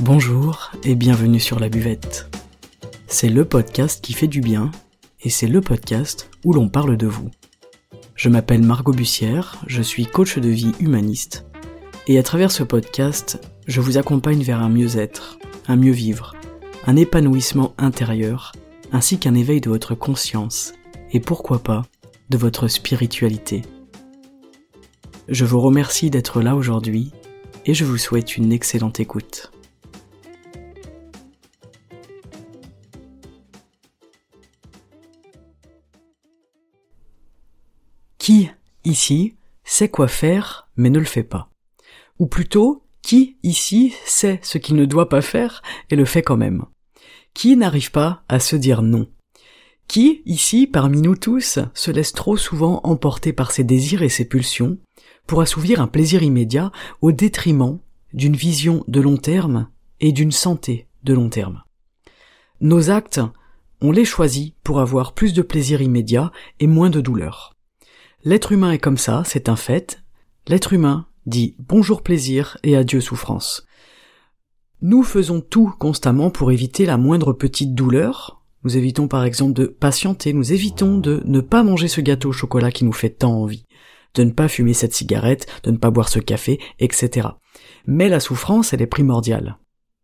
Bonjour et bienvenue sur La Buvette. C'est le podcast qui fait du bien et c'est le podcast où l'on parle de vous. Je m'appelle Margot Bussière, je suis coach de vie humaniste et à travers ce podcast, je vous accompagne vers un mieux-être, un mieux vivre, un épanouissement intérieur ainsi qu'un éveil de votre conscience et pourquoi pas de votre spiritualité. Je vous remercie d'être là aujourd'hui et je vous souhaite une excellente écoute. Qui, ici, sait quoi faire mais ne le fait pas? Ou plutôt, qui, ici, sait ce qu'il ne doit pas faire et le fait quand même? Qui n'arrive pas à se dire non? Qui, ici, parmi nous tous, se laisse trop souvent emporter par ses désirs et ses pulsions pour assouvir un plaisir immédiat au détriment d'une vision de long terme et d'une santé de long terme? Nos actes, on les choisit pour avoir plus de plaisir immédiat et moins de douleur. L'être humain est comme ça, c'est un fait. L'être humain dit bonjour plaisir et adieu souffrance. Nous faisons tout constamment pour éviter la moindre petite douleur. Nous évitons par exemple de patienter, nous évitons de ne pas manger ce gâteau au chocolat qui nous fait tant envie, de ne pas fumer cette cigarette, de ne pas boire ce café, etc. Mais la souffrance, elle est primordiale.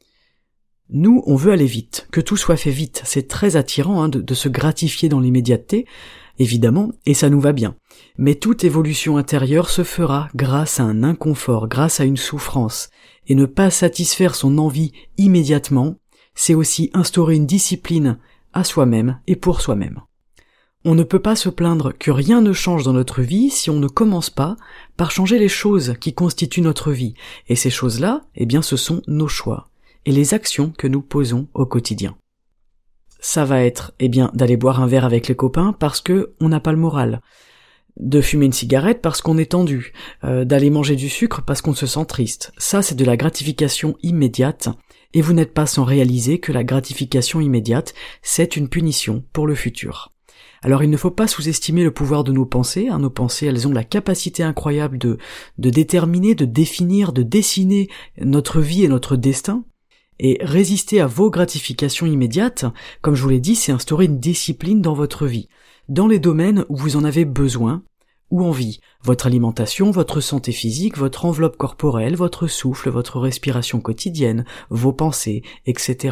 Nous, on veut aller vite, que tout soit fait vite. C'est très attirant de se gratifier dans l'immédiateté, évidemment, et ça nous va bien. Mais toute évolution intérieure se fera grâce à un inconfort, grâce à une souffrance. Et ne pas satisfaire son envie immédiatement, c'est aussi instaurer une discipline à soi-même et pour soi-même. On ne peut pas se plaindre que rien ne change dans notre vie si on ne commence pas par changer les choses qui constituent notre vie. Et ces choses-là, ce sont nos choix et les actions que nous posons au quotidien. Ça va être, d'aller boire un verre avec les copains parce que on n'a pas le moral, de fumer une cigarette parce qu'on est tendu, d'aller manger du sucre parce qu'on se sent triste. Ça, c'est de la gratification immédiate, et vous n'êtes pas sans réaliser que la gratification immédiate, c'est une punition pour le futur. Alors il ne faut pas sous-estimer le pouvoir de nos pensées, nos pensées, elles ont la capacité incroyable de déterminer, de définir, de dessiner notre vie et notre destin. Et résister à vos gratifications immédiates, comme je vous l'ai dit, c'est instaurer une discipline dans votre vie, dans les domaines où vous en avez besoin ou envie, votre alimentation, votre santé physique, votre enveloppe corporelle, votre souffle, votre respiration quotidienne, vos pensées, etc.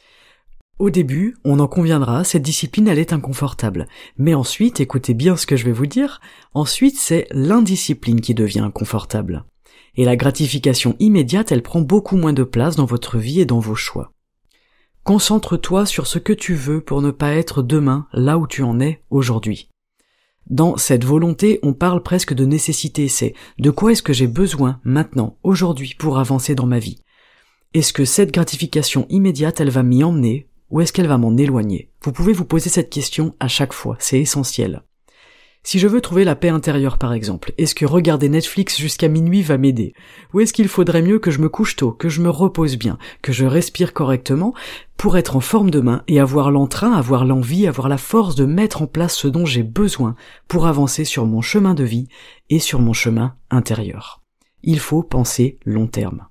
Au début, on en conviendra, cette discipline elle est inconfortable, mais ensuite, écoutez bien ce que je vais vous dire, ensuite c'est l'indiscipline qui devient inconfortable. Et la gratification immédiate, elle prend beaucoup moins de place dans votre vie et dans vos choix. Concentre-toi sur ce que tu veux pour ne pas être demain là où tu en es aujourd'hui. Dans cette volonté, on parle presque de nécessité, c'est de quoi est-ce que j'ai besoin maintenant, aujourd'hui, pour avancer dans ma vie? Est-ce que cette gratification immédiate, elle va m'y emmener ou est-ce qu'elle va m'en éloigner? Vous pouvez vous poser cette question à chaque fois, c'est essentiel. Si je veux trouver la paix intérieure par exemple, est-ce que regarder Netflix jusqu'à minuit va m'aider? Ou est-ce qu'il faudrait mieux que je me couche tôt, que je me repose bien, que je respire correctement pour être en forme demain et avoir l'entrain, avoir l'envie, avoir la force de mettre en place ce dont j'ai besoin pour avancer sur mon chemin de vie et sur mon chemin intérieur? Il faut penser long terme.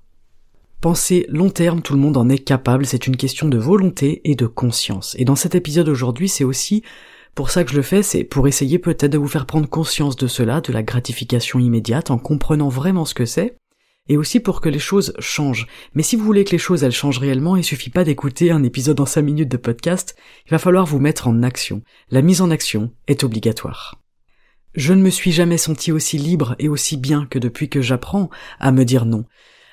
Penser long terme, tout le monde en est capable, c'est une question de volonté et de conscience. Et dans cet épisode aujourd'hui, c'est aussi pour ça que je le fais, c'est pour essayer peut-être de vous faire prendre conscience de cela, de la gratification immédiate, en comprenant vraiment ce que c'est, et aussi pour que les choses changent. Mais si vous voulez que les choses elles changent réellement, il suffit pas d'écouter un épisode en 5 minutes de podcast, il va falloir vous mettre en action. La mise en action est obligatoire. Je ne me suis jamais senti aussi libre et aussi bien que depuis que j'apprends à me dire non.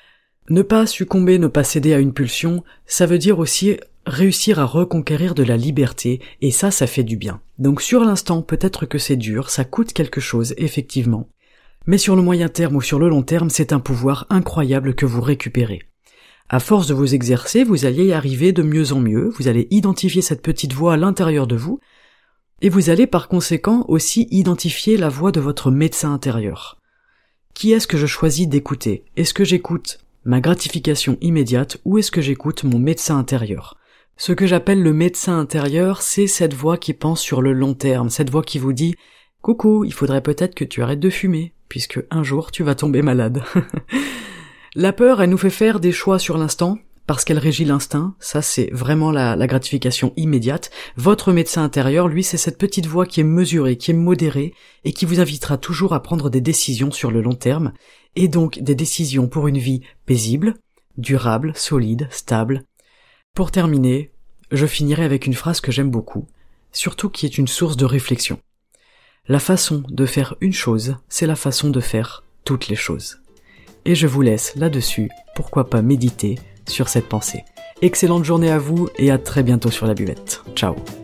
Ne pas succomber, ne pas céder à une pulsion, ça veut dire aussi réussir à reconquérir de la liberté, et ça fait du bien. Donc sur l'instant, peut-être que c'est dur, ça coûte quelque chose, effectivement. Mais sur le moyen terme ou sur le long terme, c'est un pouvoir incroyable que vous récupérez. À force de vous exercer, vous allez y arriver de mieux en mieux, vous allez identifier cette petite voix à l'intérieur de vous, et vous allez par conséquent aussi identifier la voix de votre médecin intérieur. Qui est-ce que je choisis d'écouter? Est-ce que j'écoute ma gratification immédiate ou est-ce que j'écoute mon médecin intérieur? Ce que j'appelle le médecin intérieur, c'est cette voix qui pense sur le long terme, cette voix qui vous dit « Coucou, il faudrait peut-être que tu arrêtes de fumer, puisque un jour tu vas tomber malade. » La peur, elle nous fait faire des choix sur l'instant, parce qu'elle régit l'instinct, ça c'est vraiment la gratification immédiate. Votre médecin intérieur, lui, c'est cette petite voix qui est mesurée, qui est modérée, et qui vous invitera toujours à prendre des décisions sur le long terme, et donc des décisions pour une vie paisible, durable, solide, stable. Pour terminer, je finirai avec une phrase que j'aime beaucoup, surtout qui est une source de réflexion. La façon de faire une chose, c'est la façon de faire toutes les choses. Et je vous laisse là-dessus, pourquoi pas méditer sur cette pensée. Excellente journée à vous et à très bientôt sur la buvette. Ciao.